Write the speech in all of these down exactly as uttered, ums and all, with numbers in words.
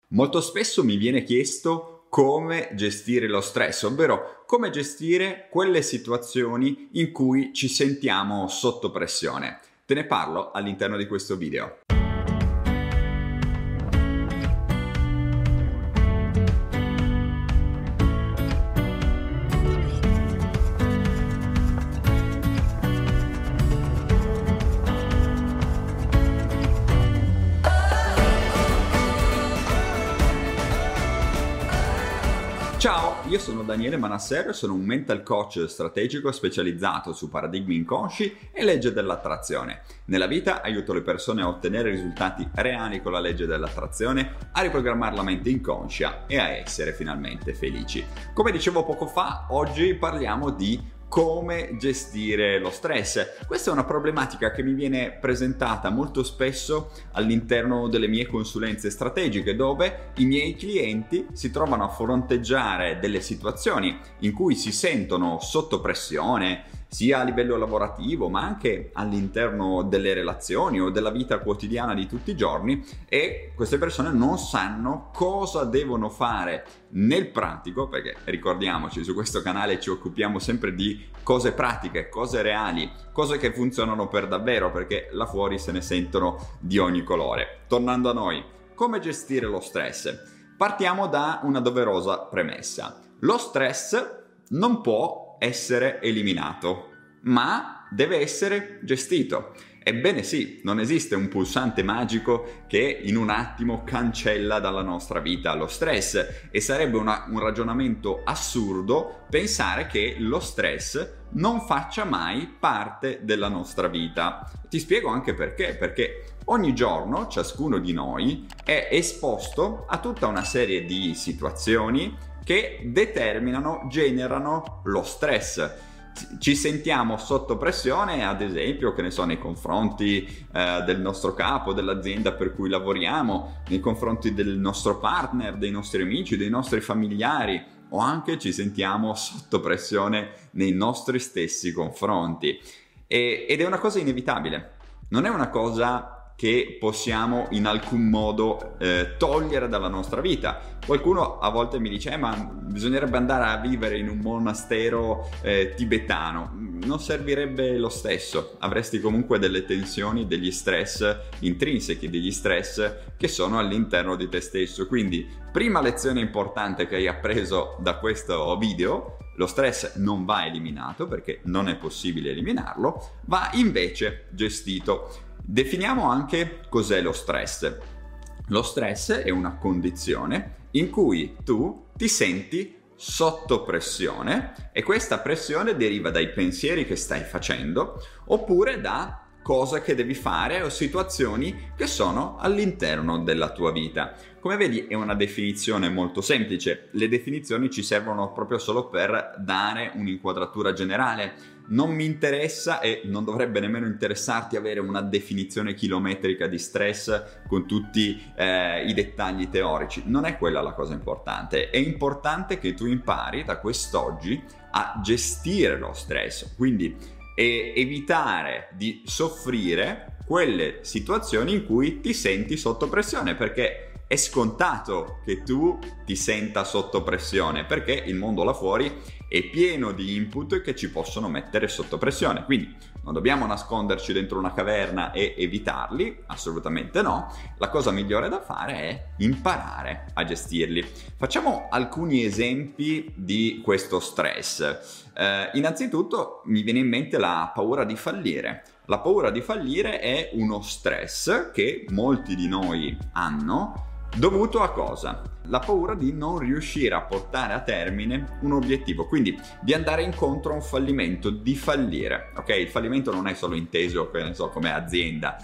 Molto spesso mi viene chiesto come gestire lo stress, ovvero come gestire quelle situazioni in cui ci sentiamo sotto pressione. Te ne parlo all'interno di questo video. Ciao, io sono Daniele Manassero e sono un mental coach strategico specializzato su paradigmi inconsci e legge dell'attrazione. Nella vita aiuto le persone a ottenere risultati reali con la legge dell'attrazione, a riprogrammare la mente inconscia e a essere finalmente felici. Come dicevo poco fa, oggi parliamo di come gestire lo stress. Questa è una problematica che mi viene presentata molto spesso all'interno delle mie consulenze strategiche, dove i miei clienti si trovano a fronteggiare delle situazioni in cui si sentono sotto pressione, sia a livello lavorativo ma anche all'interno delle relazioni o della vita quotidiana di tutti i giorni, e queste persone non sanno cosa devono fare nel pratico, perché ricordiamoci, su questo canale ci occupiamo sempre di cose pratiche, cose reali, cose che funzionano per davvero, perché là fuori se ne sentono di ogni colore. Tornando a noi, come gestire lo stress? Partiamo da una doverosa premessa. Lo stress non può essere eliminato, ma deve essere gestito. Ebbene sì, non esiste un pulsante magico che in un attimo cancella dalla nostra vita lo stress, e sarebbe una, un ragionamento assurdo pensare che lo stress non faccia mai parte della nostra vita. Ti spiego anche perché, perché ogni giorno ciascuno di noi è esposto a tutta una serie di situazioni che determinano, generano lo stress. Ci sentiamo sotto pressione, ad esempio, che ne so, nei confronti eh, del nostro capo, dell'azienda per cui lavoriamo, nei confronti del nostro partner, dei nostri amici, dei nostri familiari, o anche ci sentiamo sotto pressione nei nostri stessi confronti. E, ed è una cosa inevitabile, non è una cosa che possiamo in alcun modo eh, togliere dalla nostra vita. Qualcuno a volte mi dice eh, ma bisognerebbe andare a vivere in un monastero eh, tibetano. Non servirebbe lo stesso, avresti comunque delle tensioni, degli stress intrinseci, degli stress che sono all'interno di te stesso. Quindi, prima lezione importante che hai appreso da questo video: lo stress non va eliminato, perché non è possibile eliminarlo, va invece gestito. Definiamo anche cos'è lo stress. Lo stress è una condizione in cui tu ti senti sotto pressione, e questa pressione deriva dai pensieri che stai facendo oppure da cose che devi fare o situazioni che sono all'interno della tua vita. Come vedi, è una definizione molto semplice. Le definizioni ci servono proprio solo per dare un'inquadratura generale. Non mi interessa, e non dovrebbe nemmeno interessarti, avere una definizione chilometrica di stress con tutti eh, i dettagli teorici. Non è quella la cosa importante. È importante che tu impari da quest'oggi a gestire lo stress, quindi e evitare di soffrire quelle situazioni in cui ti senti sotto pressione, perché è scontato che tu ti senta sotto pressione, perché il mondo là fuori è pieno di input che ci possono mettere sotto pressione. Quindi non dobbiamo nasconderci dentro una caverna e evitarli, assolutamente no. La cosa migliore da fare è imparare a gestirli. Facciamo alcuni esempi di questo stress. Eh, innanzitutto mi viene in mente la paura di fallire. La paura di fallire è uno stress che molti di noi hanno, dovuto a cosa? La paura di non riuscire a portare a termine un obiettivo, quindi di andare incontro a un fallimento, di fallire. Ok, il fallimento non è solo inteso, che ne so, come azienda.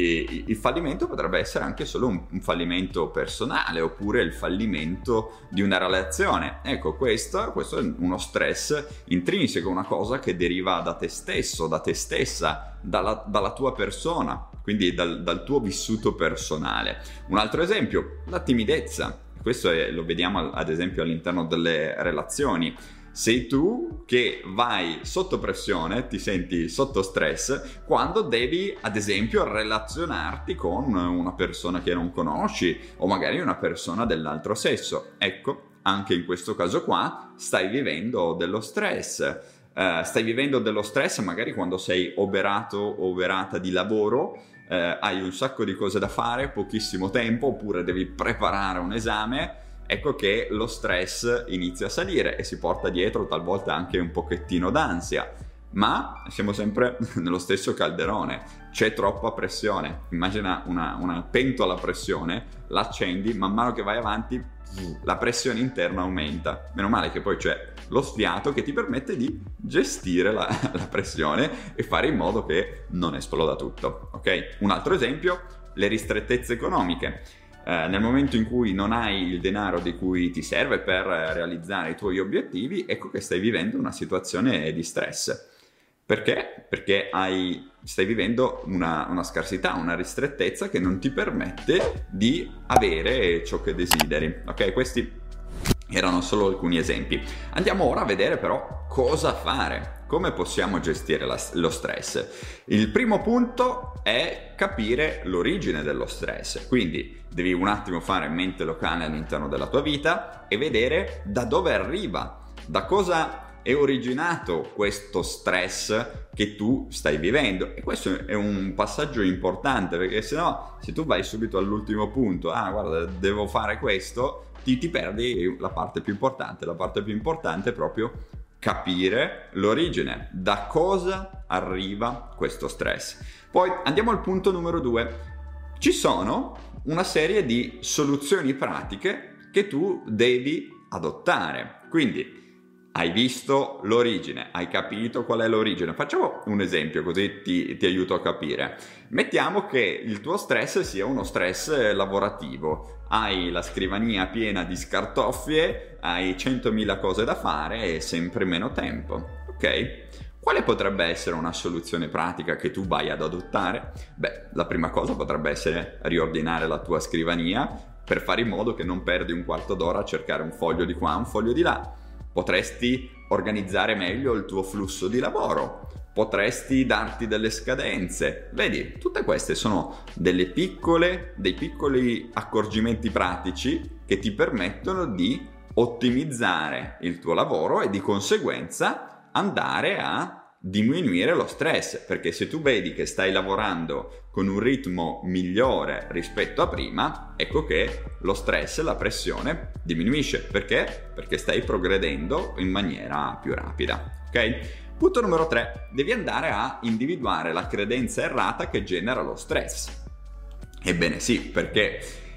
E il fallimento potrebbe essere anche solo un, un fallimento personale, oppure il fallimento di una relazione. Ecco, questo, questo è uno stress intrinseco, una cosa che deriva da te stesso, da te stessa, dalla, dalla tua persona, quindi dal, dal tuo vissuto personale. Un altro esempio, la timidezza. Questo è, lo vediamo ad esempio all'interno delle relazioni. sei tu che vai sotto pressione, ti senti sotto stress quando devi, ad esempio, relazionarti con una persona che non conosci o magari una persona dell'altro sesso. Ecco, anche in questo caso qua stai vivendo dello stress. Uh, stai vivendo dello stress magari quando sei oberato o oberata di lavoro, uh, hai un sacco di cose da fare, pochissimo tempo, oppure devi preparare un esame. Ecco che lo stress inizia a salire e si porta dietro talvolta anche un pochettino d'ansia, ma siamo sempre nello stesso calderone, c'è troppa pressione. Immagina una, una pentola a pressione, l'accendi, man mano che vai avanti la pressione interna aumenta. Meno male che poi c'è lo sfiato che ti permette di gestire la, la pressione e fare in modo che non esploda tutto, ok? Un altro esempio, le ristrettezze economiche. Eh, nel momento in cui non hai il denaro di cui ti serve per realizzare i tuoi obiettivi, ecco che stai vivendo una situazione di stress. Perché? Perché hai, stai vivendo una, una scarsità, una ristrettezza che non ti permette di avere ciò che desideri. Ok? Questi erano solo alcuni esempi. Andiamo ora a vedere però cosa fare. Come possiamo gestire la, lo stress? Il primo punto è capire l'origine dello stress. Quindi devi un attimo fare mente locale all'interno della tua vita e vedere da dove arriva, da cosa è originato questo stress che tu stai vivendo. E questo è un passaggio importante, perché se no, se tu vai subito all'ultimo punto, ah guarda, devo fare questo, ti, ti perdi la parte più importante. La parte più importante è proprio capire l'origine, da cosa arriva questo stress. Poi andiamo al punto numero due. Ci sono una serie di soluzioni pratiche che tu devi adottare. Quindi hai visto l'origine, hai capito qual è l'origine. Facciamo un esempio così ti, ti aiuto a capire. Mettiamo che il tuo stress sia uno stress lavorativo. Hai la scrivania piena di scartoffie, hai centomila cose da fare e sempre meno tempo. Ok? Quale potrebbe essere una soluzione pratica che tu vai ad adottare? Beh, la prima cosa potrebbe essere riordinare la tua scrivania per fare in modo che non perdi un quarto d'ora a cercare un foglio di qua, un foglio di là. Potresti organizzare meglio il tuo flusso di lavoro, potresti darti delle scadenze. Vedi, tutte queste sono delle piccole, dei piccoli accorgimenti pratici che ti permettono di ottimizzare il tuo lavoro e di conseguenza andare a diminuire lo stress, perché se tu vedi che stai lavorando con un ritmo migliore rispetto a prima, ecco che lo stress, la pressione diminuisce. Perché? Perché stai progredendo in maniera più rapida, ok? Punto numero tre, devi andare a individuare la credenza errata che genera lo stress. Ebbene sì, perché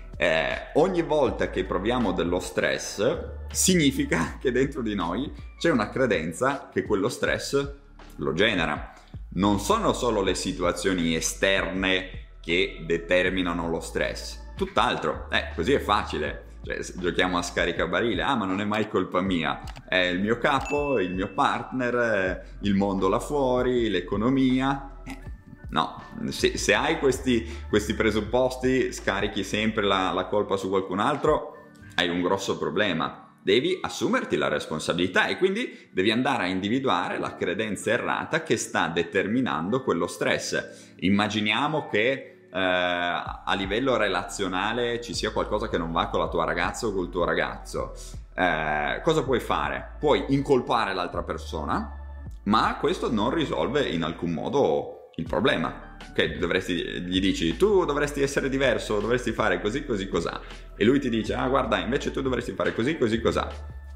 eh, ogni volta che proviamo dello stress significa che dentro di noi c'è una credenza che quello stress lo genera. Non sono solo le situazioni esterne che determinano lo stress, tutt'altro. Eh, così è facile. Cioè, giochiamo a scaricabarile. Ah, ma non è mai colpa mia. È il mio capo, il mio partner, il mondo là fuori, l'economia. Eh, no, se, se hai questi, questi presupposti, scarichi sempre la, la colpa su qualcun altro, hai un grosso problema. Devi assumerti la responsabilità e quindi devi andare a individuare la credenza errata che sta determinando quello stress. Immaginiamo che eh, a livello relazionale ci sia qualcosa che non va con la tua ragazza o col tuo ragazzo. Eh, cosa puoi fare? Puoi incolpare l'altra persona, ma questo non risolve in alcun modo il problema. Ok, dovresti, gli dici tu dovresti essere diverso, dovresti fare così, così, cos'ha. E lui ti dice, ah guarda, invece tu dovresti fare così, così, cos'ha.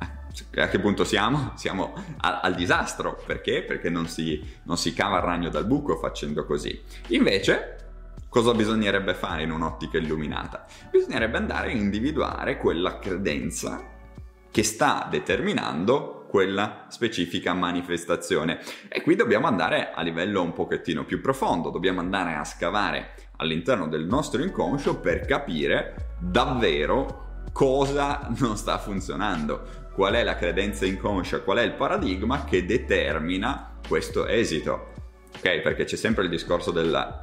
A che punto siamo? Siamo a, al disastro. Perché? Perché non si, non si cava il ragno dal buco facendo così. Invece, cosa bisognerebbe fare in un'ottica illuminata? Bisognerebbe andare a individuare quella credenza che sta determinando quella specifica manifestazione. E qui dobbiamo andare a livello un pochettino più profondo, dobbiamo andare a scavare all'interno del nostro inconscio per capire davvero cosa non sta funzionando, qual è la credenza inconscia, qual è il paradigma che determina questo esito. Ok? Perché c'è sempre il discorso della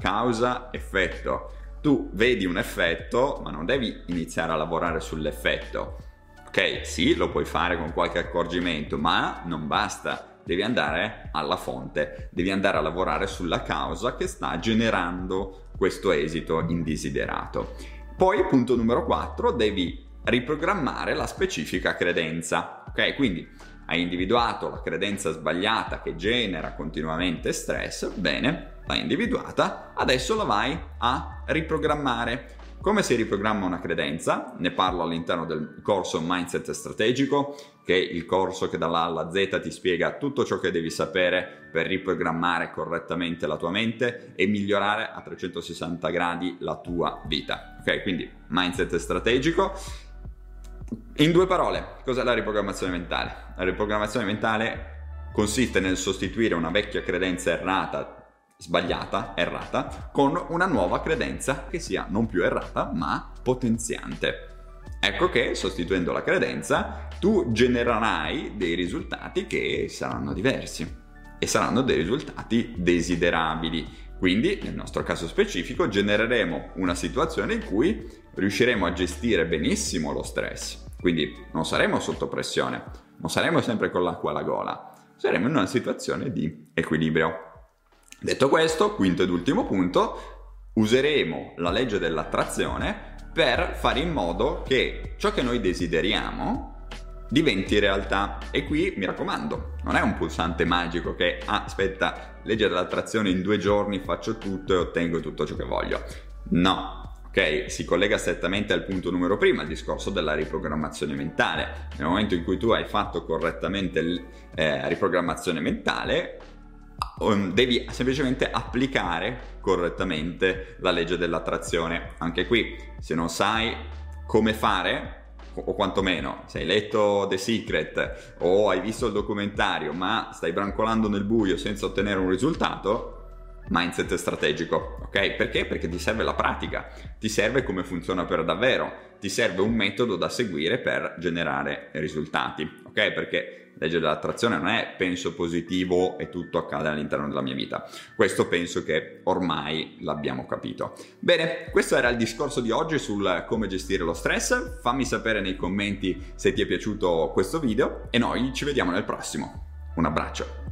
causa-effetto. Tu vedi un effetto, ma non devi iniziare a lavorare sull'effetto. Ok, Ok, sì, lo puoi fare con qualche accorgimento, ma non basta. Devi andare alla fonte, devi andare a lavorare sulla causa che sta generando questo esito indesiderato. Poi, punto numero quattro, devi riprogrammare la specifica credenza. Ok, quindi hai individuato la credenza sbagliata che genera continuamente stress, bene, l'hai individuata, adesso la vai a riprogrammare. Come si riprogramma una credenza? Ne parlo all'interno del corso Mindset Strategico, che è il corso che dall'A alla Z ti spiega tutto ciò che devi sapere per riprogrammare correttamente la tua mente e migliorare a trecentosessanta gradi la tua vita. Ok, quindi Mindset Strategico. In due parole, cos'è la riprogrammazione mentale? La riprogrammazione mentale consiste nel sostituire una vecchia credenza errata, sbagliata, errata, con una nuova credenza che sia non più errata, ma potenziante. Ecco che, sostituendo la credenza, tu genererai dei risultati che saranno diversi e saranno dei risultati desiderabili. Quindi, nel nostro caso specifico, genereremo una situazione in cui riusciremo a gestire benissimo lo stress. Quindi non saremo sotto pressione, non saremo sempre con l'acqua alla gola, saremo in una situazione di equilibrio. Detto questo, quinto ed ultimo punto, useremo la legge dell'attrazione per fare in modo che ciò che noi desideriamo diventi realtà. E qui mi raccomando, non è un pulsante magico che ah, aspetta, legge dell'attrazione, in due giorni faccio tutto e ottengo tutto ciò che voglio. No. Ok, si collega strettamente al punto numero prima, il discorso della riprogrammazione mentale. Nel momento in cui tu hai fatto correttamente la eh, riprogrammazione mentale, devi semplicemente applicare correttamente la legge dell'attrazione. Anche qui, se non sai come fare, o quantomeno se hai letto The Secret o hai visto il documentario ma stai brancolando nel buio senza ottenere un risultato, mindset strategico, ok? Perché? Perché ti serve la pratica, ti serve come funziona per davvero, ti serve un metodo da seguire per generare risultati, ok? Perché legge dell'attrazione non è penso positivo e tutto accade all'interno della mia vita. Questo penso che ormai l'abbiamo capito. Bene, questo era il discorso di oggi sul come gestire lo stress. Fammi sapere nei commenti se ti è piaciuto questo video e noi ci vediamo nel prossimo. Un abbraccio.